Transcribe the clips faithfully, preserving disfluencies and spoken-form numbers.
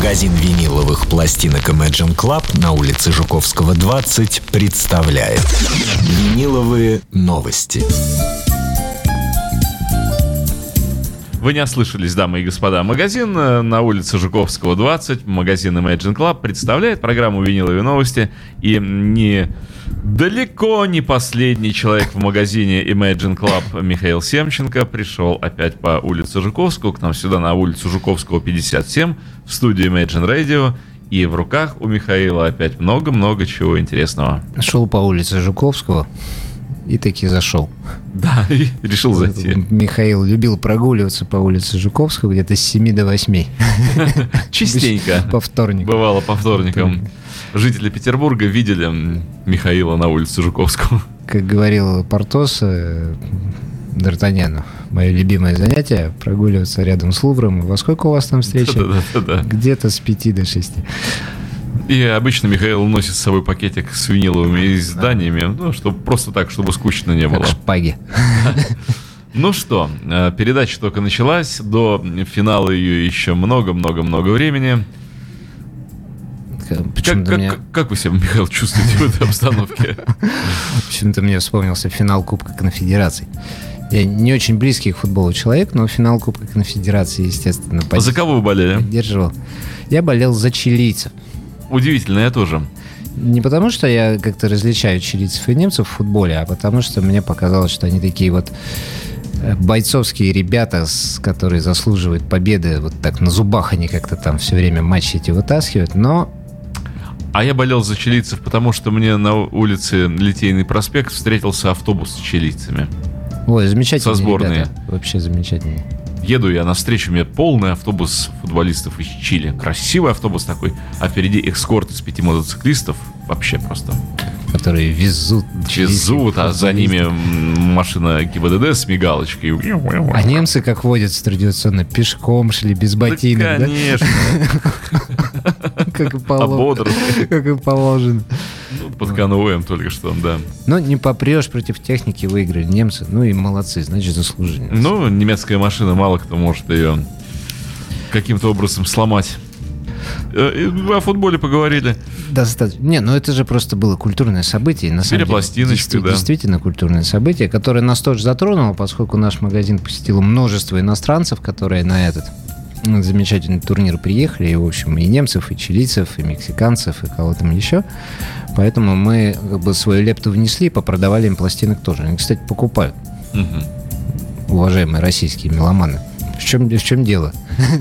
Магазин виниловых пластинок Imagine Club на улице Жуковского, двадцать представляет виниловые новости. Вы не ослышались, дамы и господа. Магазин на улице Жуковского, двадцать, магазин Imagine Club представляет программу «Виниловые новости». И не далеко не последний человек в магазине Imagine Club Михаил Семченко пришел опять по улице Жуковского, к нам сюда на улицу Жуковского, пятьдесят семь, в студию Imagine Radio. И в руках у Михаила опять много-много чего интересного. Шел по улице Жуковского и таки зашел. Да, и решил зайти. Михаил любил прогуливаться по улице Жуковского где-то с семи до восьми. Частенько. По вторникам. Бывало по вторникам. Жители Петербурга видели Михаила на улице Жуковского. Как говорил Портос Д'Артаньяну, мое любимое занятие — прогуливаться рядом с Лувром. Во сколько у вас там встреча? Да-да-да. Где-то с пяти до шести. И обычно Михаил носит с собой пакетик с виниловыми изданиями, ну, чтобы просто так, чтобы скучно не было. Как шпаги. Ну что, передача только началась, до финала ее еще много-много-много времени. Как, как, мне... как вы себя, Михаил, чувствуете в этой обстановке? Почему-то мне вспомнился финал Кубка Конфедераций. Я не очень близкий к футболу человек, но финал Кубка Конфедерации, естественно, а за кого вы болели? Поддерживал. Я болел за чилийцев. Удивительно, я тоже. Не потому, что я как-то различаю чилийцев и немцев в футболе, а потому, что мне показалось, что они такие вот бойцовские ребята, которые заслуживают победы. Вот так на зубах они как-то там все время матчи эти вытаскивают, но... А я болел за чилийцев, потому что мне на улице Литейный проспект встретился автобус с чилийцами. Ой, замечательные со сборной. Ребята. Вообще замечательные. Еду я навстречу, у меня полный автобус футболистов из Чили. Красивый автобус такой. А впереди эскорт из пяти мотоциклистов. Вообще просто. Которые везут. Везут, а за ними машина ГИБДД с мигалочкой. А немцы, как водятся традиционно, пешком шли, без ботинок. Да, конечно. Как и положено. Как и положено. Под конвоем только что, да. Но не попрешь, против техники выиграли немцы. Ну и молодцы, значит, заслужили. Ну, немецкая машина, мало кто может ее каким-то образом сломать. О футболе поговорили. Достаточно. Не, ну это же просто было культурное событие. На самом деле, действительно, да. Действительно культурное событие, которое нас тоже затронуло, поскольку наш магазин посетило множество иностранцев, которые на этот замечательный турнир приехали. И, в общем, и немцев, и чилийцев, и мексиканцев, и кого там еще. Поэтому мы как бы свою лепту внесли, попродавали им пластинок тоже. Они, кстати, покупают. Угу. Уважаемые российские меломаны. В чем, в чем дело?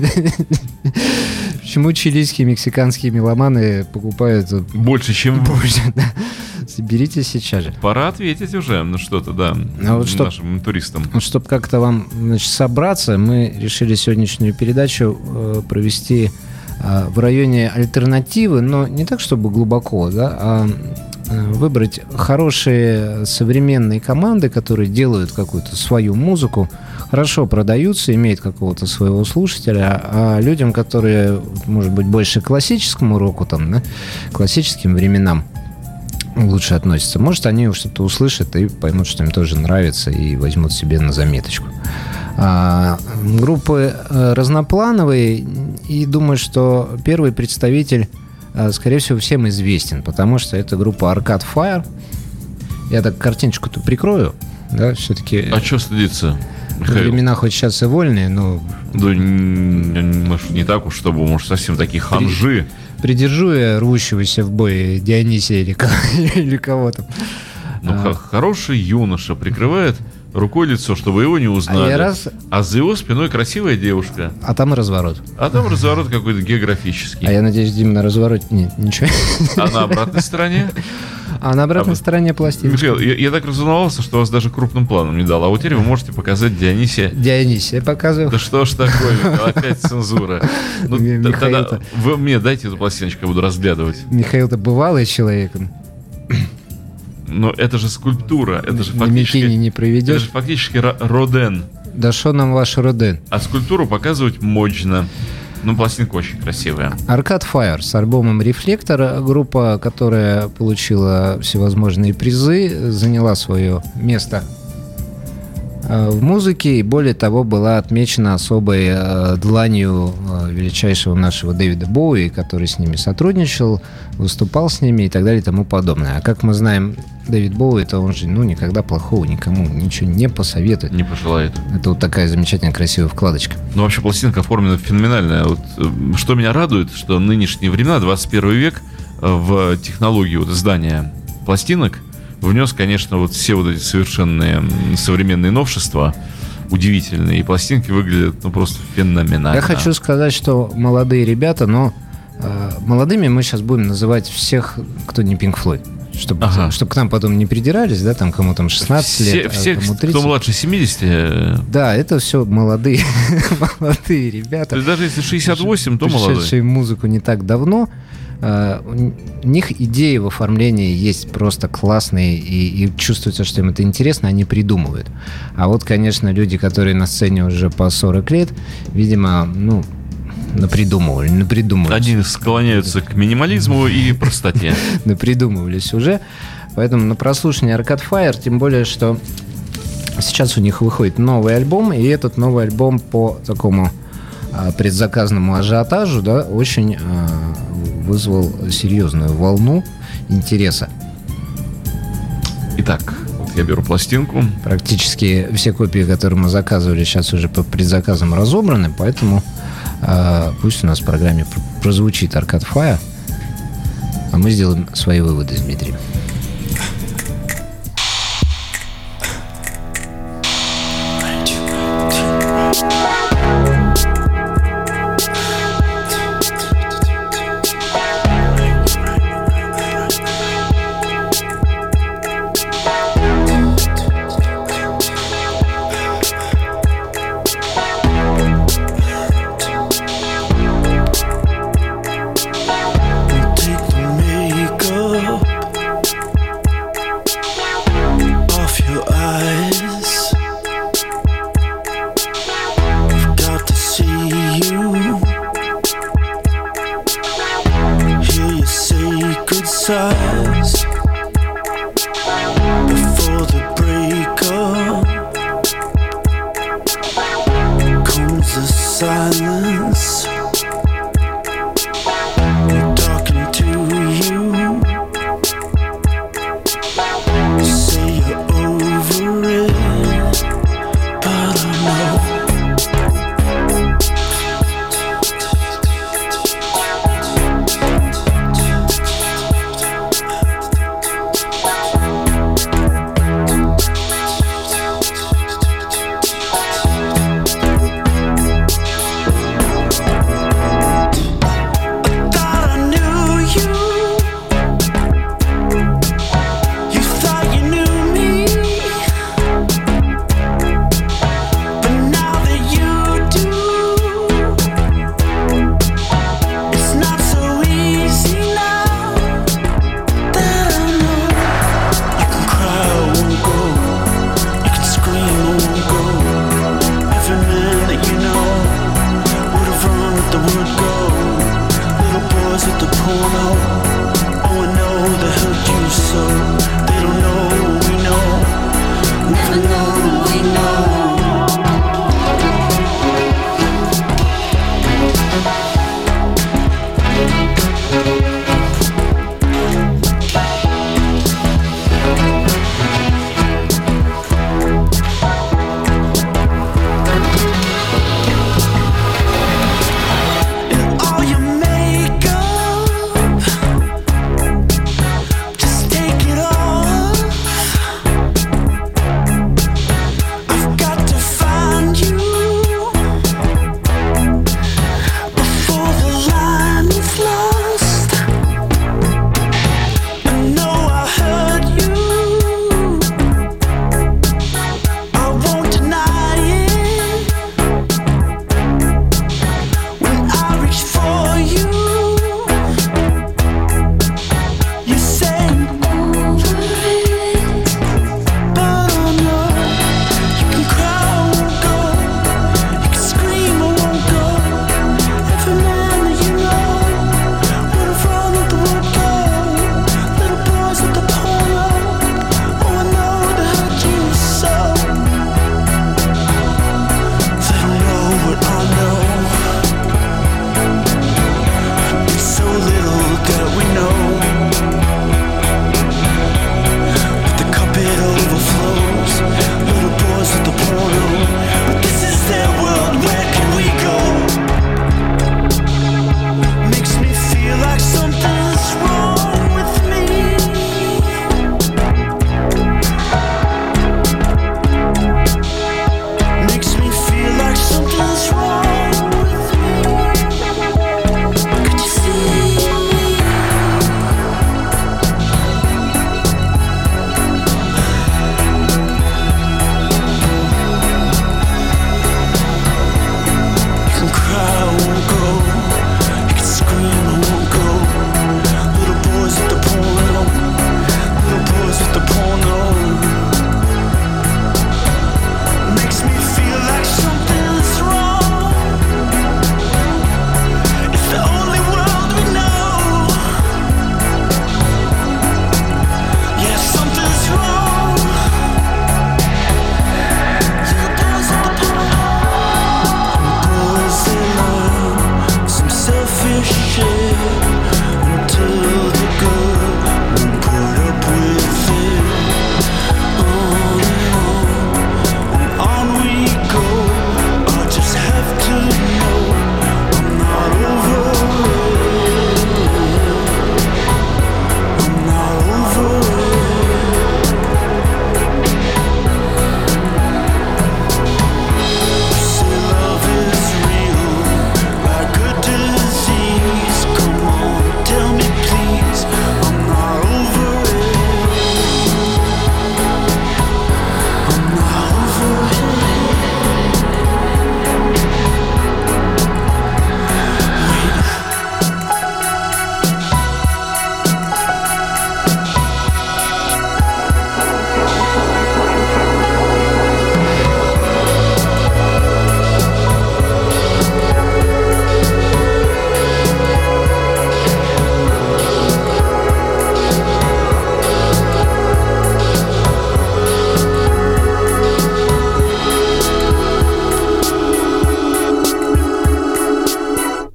Почему чилийские, мексиканские меломаны покупают больше, чем больше? Да. Соберитесь сейчас же. Пора ответить уже на что-то, да, а вот чтоб, нашим туристам. Вот, чтобы как-то вам, значит, собраться, мы решили сегодняшнюю передачу э, провести э, в районе альтернативы, но не так, чтобы глубоко, да, а э, выбрать хорошие современные команды, которые делают какую-то свою музыку, хорошо продаются, имеют какого-то своего слушателя, а людям, которые, может быть, больше к классическому року, там, да, классическим временам лучше относятся, может, они что-то услышат и поймут, что им тоже нравится, и возьмут себе на заметочку. А, группы разноплановые, и думаю, что первый представитель, скорее всего, всем известен, потому что это группа Arcade Fire. Я так картиночку-то прикрою, да, все-таки... А что стыдиться? Времена хоть сейчас и вольные, но... Да, может, не так уж, чтобы, может, совсем такие ханжи. Придержу я рвущегося в бой Дионисия или, или кого-то. Ну, а. Хороший юноша прикрывает рукой лицо, чтобы его не узнали. А, раз... а за его спиной красивая девушка. А там разворот. А там разворот какой-то географический. А я надеюсь, Дима, на развороте нет, ничего. А на обратной стороне? А на обратной а, стороне пластинка. Михаил, я, я так разволновался, что вас даже крупным планом не дал. А вот теперь вы можете показать Дионисия. Дионисия показываю. Да что ж такое, Михаил, опять цензура. Ну, тогда вы мне дайте эту пластиночку, я буду разглядывать. Михаил-то бывалый человек. Но это же скульптура. Это же фактически, не проведешь. Это же фактически Роден. Да что нам ваш Роден? А скульптуру показывать мощно. Ну, пластинка очень красивая. Arcade Fire с альбомом «Рефлектор». Группа, которая получила всевозможные призы, заняла свое место в музыке, и более того, была отмечена особой э, дланью э, величайшего нашего Дэвида Боуи, который с ними сотрудничал, выступал с ними и так далее и тому подобное. А как мы знаем, Дэвид Боуи, это он же ну, никогда плохого никому ничего не посоветует. Не пожелает. Это вот такая замечательная красивая вкладочка. Ну, вообще, пластинка оформлена феноменально. Вот, что меня радует, что нынешние времена, двадцать первый век, в технологию вот, издания пластинок внес, конечно, вот все вот эти совершенные современные новшества, удивительные, и пластинки выглядят ну, просто феноменально. Я хочу сказать, что молодые ребята, но э, молодыми мы сейчас будем называть всех, кто не Pink Floyd. Чтобы, ага. чтобы к нам потом не придирались, да, там кому там шестнадцать все, лет, все, а кому тридцать. Кто младше семидесяти. Да, это все молодые, молодые ребята. То есть даже если шестьдесят восемь, то молодой. Пришедшие в музыку не так давно. У них идеи в оформлении есть просто классные, и, и чувствуется, что им это интересно, они придумывают. А вот, конечно, люди, которые на сцене уже по сорок лет, видимо, ну, напридумывали, напридумывали. Они склоняются к минимализму и простоте. Напридумывались уже. Поэтому на прослушивание Arcade Fire, тем более, что сейчас у них выходит новый альбом, и этот новый альбом по такому предзаказному ажиотажу, да, очень э, вызвал серьезную волну интереса. Итак, вот я беру пластинку. Практически все копии, которые мы заказывали, сейчас уже по предзаказам разобраны, поэтому э, пусть у нас в программе прозвучит Arcade Fire, а мы сделаем свои выводы с Дмитрием.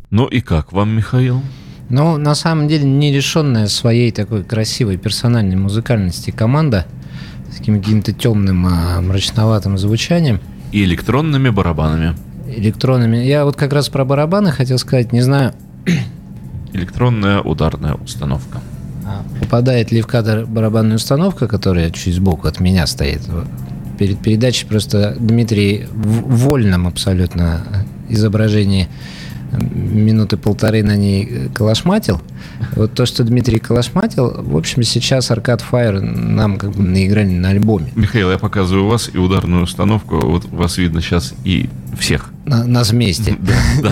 Ну и как вам, Михаил? Ну, на самом деле, нерешенная своей такой красивой персональной музыкальности команда с каким-то темным, мрачноватым звучанием. И электронными барабанами. Электронными. Я вот как раз про барабаны хотел сказать, не знаю... Электронная ударная установка. Попадает ли в кадр барабанная установка, которая чуть сбоку от меня стоит? Перед передачей просто Дмитрий в вольном абсолютно изображении минуты полторы на ней калашматил. Вот то, что Дмитрий калашматил, в общем, сейчас Arcade Fire нам как бы наиграли на альбоме. Михаил, я показываю вас и ударную установку. Вот вас видно сейчас и всех. На, нас вместе. Да, да.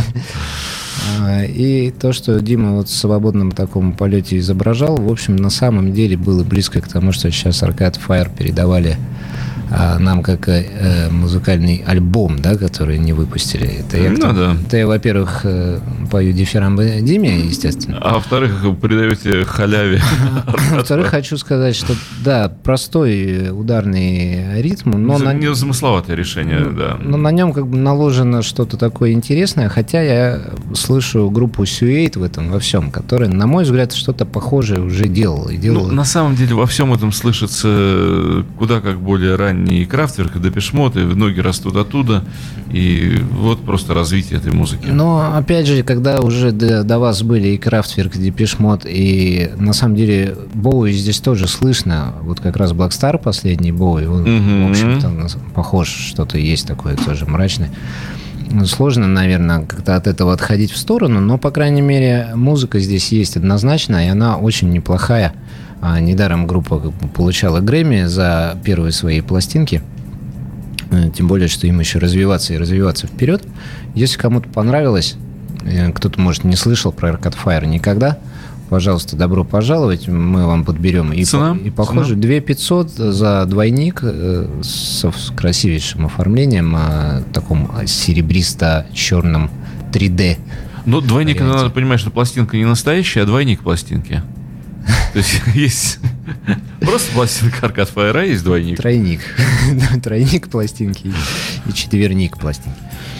И то, что Дима вот в свободном таком полете изображал, в общем, на самом деле было близко к тому, что сейчас Arcade Fire передавали а, нам как э, музыкальный альбом, да, который не выпустили. Это я, ну, да. это я, во-первых, э, пою дифирамбы Диме, естественно. А во-вторых, вы передаете халяве. Во-вторых, хочу сказать, что да, простой ударный ритм, но на... не замысловатое решение, да. Но на нем как бы наложено что-то такое интересное, хотя я слышу группу Сюэйт в этом во всем, которая, на мой взгляд, что-то похожее уже делала и делала. Ну, на самом деле во всем этом слышится куда как более ранний Крафтверк и Депеш Мод, и ноги растут оттуда, и вот просто развитие этой музыки. Но опять же, когда уже до, до вас были и Крафтверк, и Депеш Мод, и на самом деле Боуи здесь тоже слышно, вот как раз Black Star последний Боуи, он, mm-hmm. в общем-то, похож, что-то есть такое тоже мрачное. Сложно, наверное, как-то от этого отходить в сторону, но, по крайней мере, музыка здесь есть однозначно, и она очень неплохая. А недаром группа получала Грэмми за первые свои пластинки. Тем более, что им еще развиваться и развиваться вперед. Если кому-то понравилось, кто-то, может, не слышал про Arcade Fire никогда, пожалуйста, добро пожаловать, мы вам подберем. И, цена? и похоже, две тысячи пятьсот за двойник с красивейшим оформлением, таком серебристо-черном три дэ. Но двойник, надо понимать, что пластинка не настоящая, а двойник пластинки. То есть есть просто пластинка Arcade Fire, а есть двойник. Тройник. Тройник пластинки и четверник пластинки.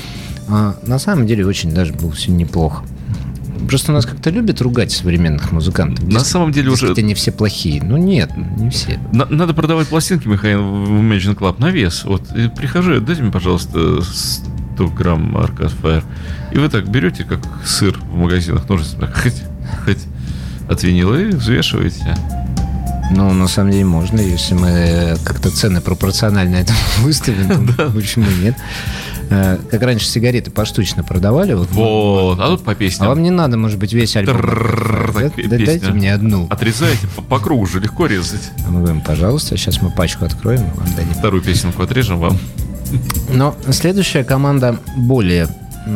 А, на самом деле очень даже было все неплохо. Просто у нас как-то любят ругать современных музыкантов. На Дис- самом деле уже... они все плохие. Ну нет, не все. На- надо продавать пластинки, Михаил, в Imagine Club на вес. Вот прихожу, дайте мне, пожалуйста, сто грамм Arcade Fire. И вы так берете, как сыр в магазинах, ножницами, хоть, хоть от винила и взвешиваете. Ну, на самом деле можно, если мы как-то цены пропорционально этому выставим, то почему нет? Как раньше сигареты поштучно продавали. Вот, а тут по песням. А вам не надо, может быть, весь альбом. Дайте мне одну. Отрезаете, по кругу же легко резать. Мы говорим, пожалуйста, сейчас мы пачку откроем и вам дадим. Вторую песенку отрежем вам. Но следующая команда более,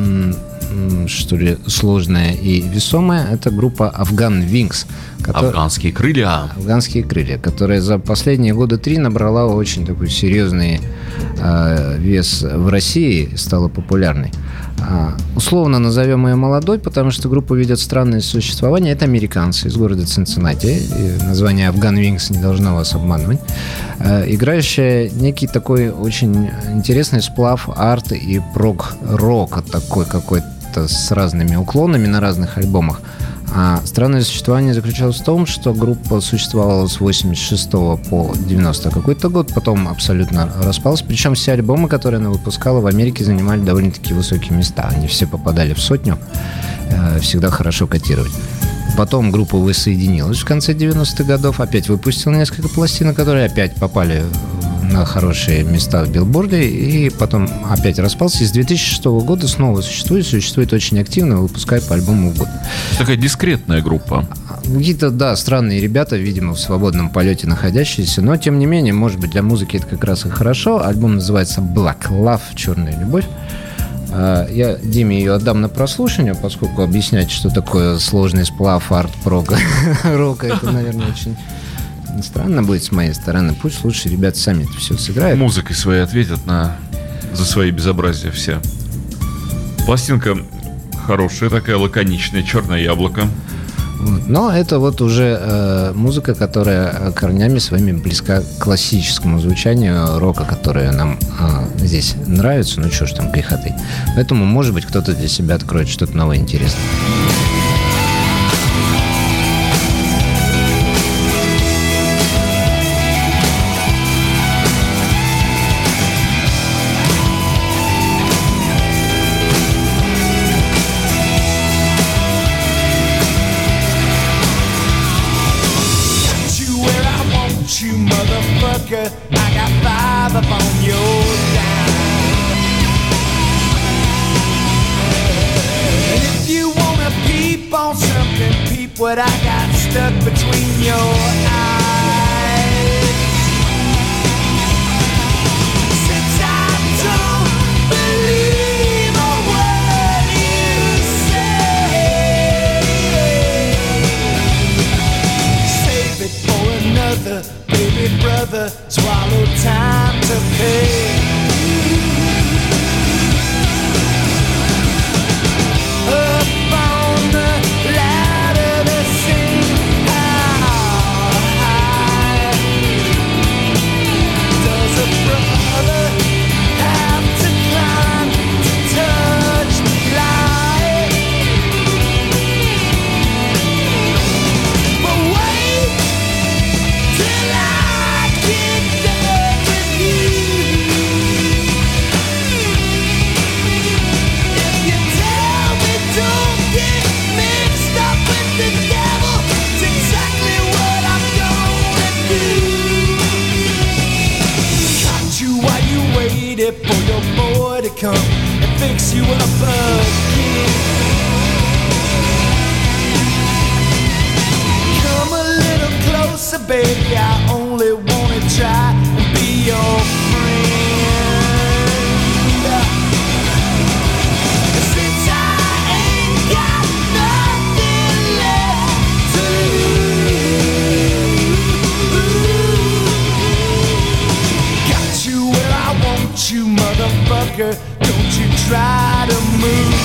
что ли, сложная и весомая. Это группа Afghan Wings. Который... Афганские крылья. Афганские крылья, которая за последние года три набрала очень такой серьезный э, вес в России, стала популярной. А, условно назовем ее молодой, потому что группа ведет странное существование. Это американцы из города Цинциннати. Название Afghan Wings не должно вас обманывать. А, играющая некий такой очень интересный сплав арт и прог-рока, такой какой-то с разными уклонами на разных альбомах. А странное существование заключалось в том, что группа существовала с восемьдесят шестого по девяностый какой-то год, потом абсолютно распалась. Причем все альбомы, которые она выпускала в Америке, занимали довольно-таки высокие места. Они все попадали в сотню, всегда хорошо котировали. Потом группа воссоединилась в конце девяностых годов, опять выпустила несколько пластинок, которые опять попали на хорошие места в билборде, и потом опять распался. И с две тысячи шестого года снова существует, существует очень активно, выпускает по альбому в год. Такая дискретная группа. Какие-то, да, странные ребята, видимо, в свободном полете находящиеся, но, тем не менее, может быть, для музыки это как раз и хорошо. Альбом называется Black Love, «Черная любовь». Я Диме ее отдам на прослушивание, поскольку объяснять, что такое сложный сплав арт-прога рока, это, наверное, очень странно будет с моей стороны. Пусть лучше ребята сами это все сыграют. Музыкой своей ответят на... за свои безобразия все. Пластинка хорошая, такая лаконичная, «Черное яблоко». Вот. Но это вот уже э, музыка, которая корнями своими близка к классическому звучанию рока, которое нам э, здесь нравится. Ну что ж там греха таить. Поэтому, может быть, кто-то для себя откроет что-то новое интересное. I got five up on your dime. And if you wanna peep on something, peep what I got stuck between your eyes. Since I don't believe a word you say, save it for another baby brother, swallow time to pay. Up on the ladder to sing how high does a brother have to climb to touch the light? But wait till I get done with you. If you tell me don't get mixed up with the devil, it's exactly what I'm gonna do. Caught you while you waited for your boy to come and fix you up again. Come a little closer, baby, I only wanna try and be your friend. Since I ain't got nothing left to lose, got you where I want you, motherfucker, don't you try to move.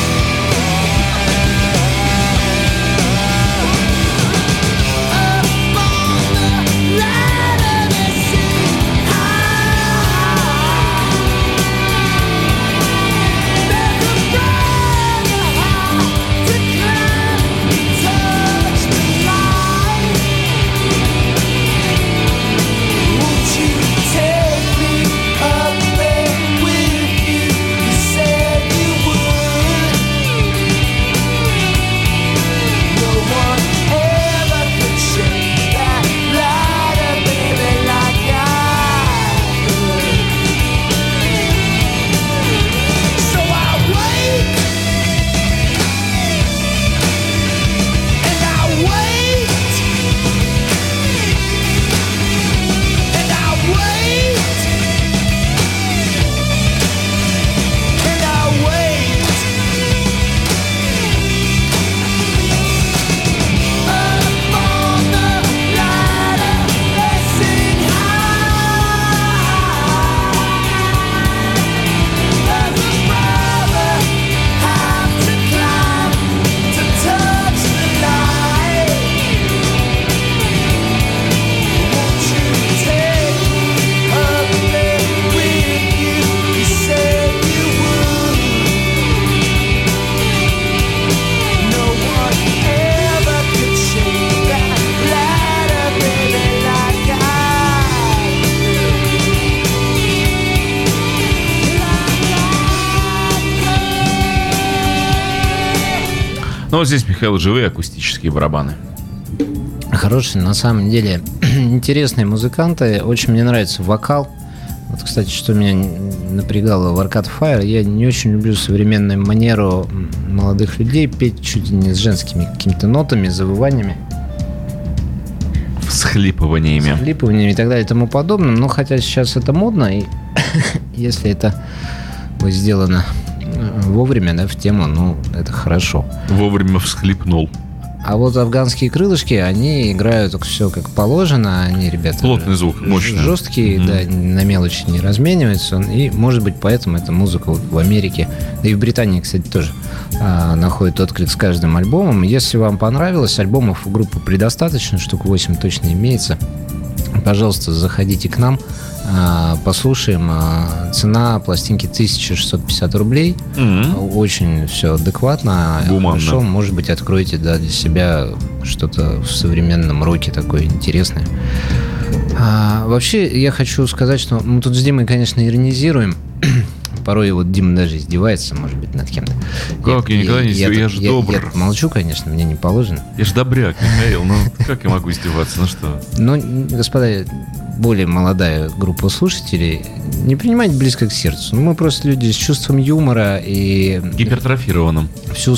Но вот здесь, Михаил, живые акустические барабаны. Хорошие, на самом деле, интересные музыканты. Очень мне нравится вокал. Вот, кстати, что меня напрягало в Arcade Fire, я не очень люблю современную манеру молодых людей петь чуть ли не с женскими какими-то нотами, завываниями. Всхлипываниями. Всхлипываниями и так далее и тому подобным. Но хотя сейчас это модно, и если это сделано вовремя, да, в тему, ну, это хорошо. Вовремя всхлипнул. А вот афганские крылышки, они играют все как положено. Они, ребята, плотный звук, мощный, жесткие, mm-hmm. да, на мелочи не размениваются. И, может быть, поэтому эта музыка вот в Америке, да и в Британии, кстати, тоже а, находит отклик с каждым альбомом. Если вам понравилось, альбомов у группы предостаточно, штук восемь точно имеется. Пожалуйста, заходите к нам, а, послушаем. А, цена пластинки тысяча шестьсот пятьдесят рублей. Мгм. Очень все адекватно. Гуманно. Хорошо, может быть, откроете, да, для себя что-то в современном роке такое интересное. А, вообще, я хочу сказать, что мы тут с Димой, конечно, иронизируем. Порой вот Дима даже издевается, может быть, над кем-то. Как? Я никогда не издеваюсь, я тут- же добр. Я молчу, конечно, мне не положено. Я же добряк, Михаил. Ну, как я могу издеваться? Ну что? Но, господа, более молодая группа слушателей, не принимайте близко к сердцу. Ну, мы просто люди с чувством юмора и Гипертрофированным. всю